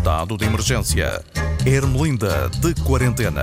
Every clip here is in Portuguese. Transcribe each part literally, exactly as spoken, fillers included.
Estado de emergência. Ermelinda de quarentena.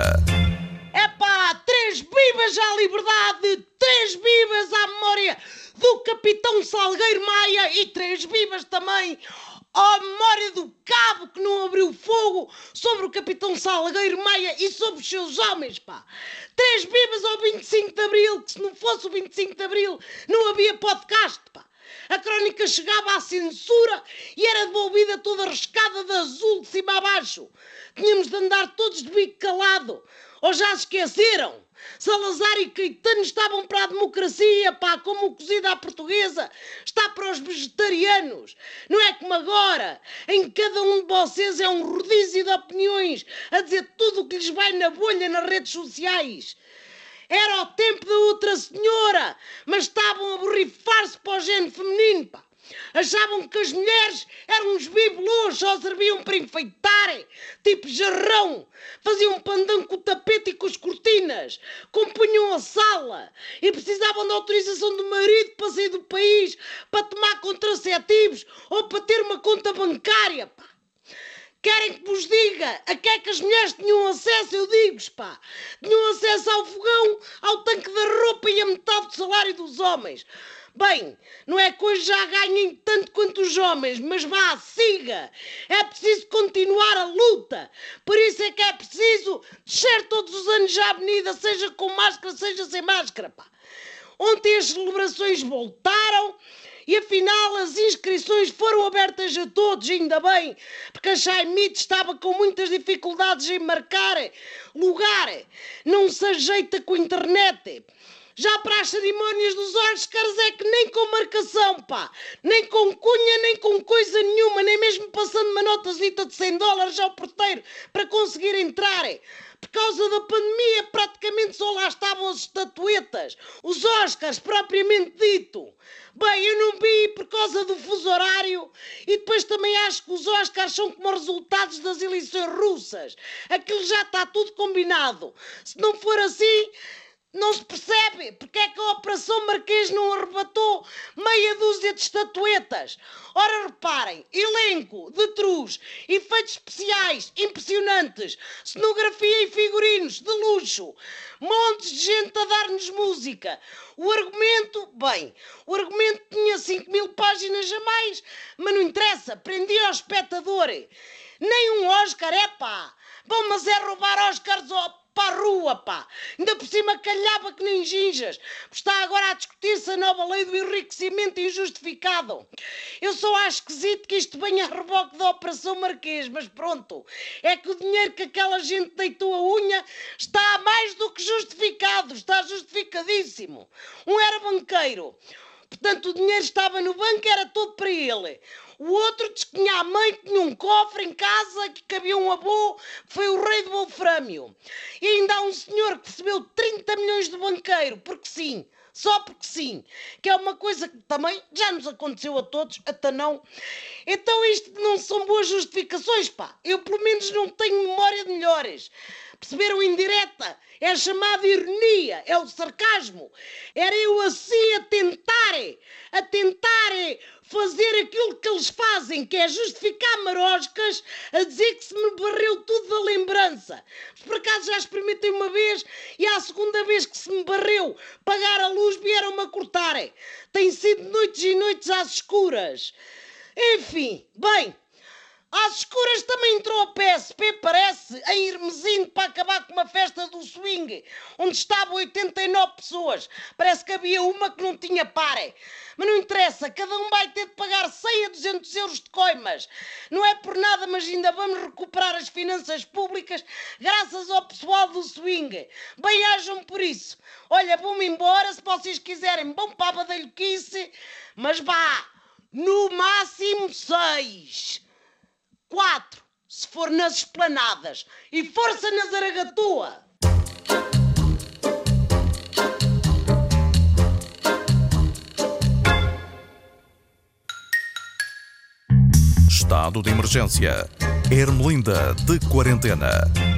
Epá, três vivas à liberdade, três vivas à memória do Capitão Salgueiro Maia e três vivas também à memória do cabo que não abriu fogo sobre o Capitão Salgueiro Maia e sobre os seus homens, pá. Três vivas ao vinte e cinco de Abril, que se não fosse o vinte e cinco de Abril não havia podcast, pá. A crónica chegava à censura e era devolvida toda riscada de azul de cima a baixo. Tínhamos de andar todos de bico calado. Ou já se esqueceram? Salazar e Caetano estavam para a democracia, pá, como o cozido à portuguesa está para os vegetarianos. Não é como agora, em cada um de vocês é um rodízio de opiniões a dizer tudo o que lhes vai na bolha nas redes sociais. Era o tempo da outra senhora, mas estavam a borrifar-se para o género feminino, pá. Achavam que as mulheres eram uns bibelôs, só serviam para enfeitarem, tipo jarrão. Faziam pandango com o tapete e com as cortinas, compunham a sala e precisavam da autorização do marido para sair do país, para tomar contraceptivos ou para ter uma conta bancária, pá. Querem que vos diga a que é que as mulheres tinham acesso? Eu digo-vos, pá. Tinham acesso ao fogão, ao tanque da roupa e a metade do salário dos homens. Bem, não é que hoje já ganhem tanto quanto os homens, mas vá, siga. É preciso continuar a luta. Por isso é que é preciso descer todos os anos à avenida, seja com máscara, seja sem máscara, pá. Ontem as celebrações voltaram e afinal as inscrições foram abertas a todos, ainda bem, porque a Chaimite estava com muitas dificuldades em marcar lugar. Não se ajeita com a internet. Já para as cerimónias dos Oscars é que nem com marcação, pá. Nem com cunha, nem com coisa nenhuma, nem mesmo passando uma notazita de cem dólares ao porteiro para conseguir entrar. Por causa da pandemia, praticamente só lá estavam as estatuetas, os Oscars, propriamente dito. Bem, eu não vi por causa do fuso horário e depois também acho que os Oscars são como os resultados das eleições russas. Aquilo já está tudo combinado. Se não for assim, não se percebe porque é que a Operação Marquês não arrebatou meia dúzia de estatuetas. Ora, reparem, elenco de truz, efeitos especiais impressionantes, cenografia e figurinos de luxo, montes de gente a dar-nos música. O argumento, bem, o argumento tinha cinco mil páginas a mais, mas não interessa, prendia ao espectador. Nem um Oscar, é pá. Bom, mas é roubar Oscars ao... para a rua, pá. Ainda por cima calhava que nem ginjas. Está agora a discutir-se a nova lei do enriquecimento injustificado. Eu só acho esquisito que isto venha a reboque da Operação Marquês, mas pronto. É que o dinheiro que aquela gente deitou a unha está mais do que justificado. Está justificadíssimo. Um era banqueiro. Portanto, o dinheiro estava no banco, era todo para ele. O outro diz que tinha a mãe, que tinha um cofre em casa, que cabia um avô, que foi o rei do Wolfrâmio. E ainda há um senhor que recebeu trinta milhões de banqueiro, porque sim, só porque sim. Que é uma coisa que também já nos aconteceu a todos, até não. Então isto não são boas justificações, pá. Eu pelo menos não tenho memória de melhores. Perceberam indireta? É chamada ironia, é o sarcasmo. Era eu assim a tentar, a tentar fazer aquilo que eles fazem, que é justificar maroscas, a dizer que se me barreu tudo da lembrança. Mas por acaso já experimentei uma vez e à segunda vez que se me barreu pagar a luz vieram-me a cortar. Tem sido noites e noites às escuras. Enfim, bem... Às escuras também entrou a P S P, parece, em Hermesinde para acabar com uma festa do swing, onde estavam oitenta e nove pessoas. Parece que havia uma que não tinha pare. Mas não interessa, cada um vai ter de pagar cem a duzentos euros de coimas. Não é por nada, mas ainda vamos recuperar as finanças públicas graças ao pessoal do swing. Bem, hajam por isso. Olha, vou-me embora, se vocês quiserem, vão para a badalhoquice, mas vá, no máximo seis. Quatro, se for nas esplanadas, e força na Zaragatoa. Estado de emergência. Ermelinda de quarentena.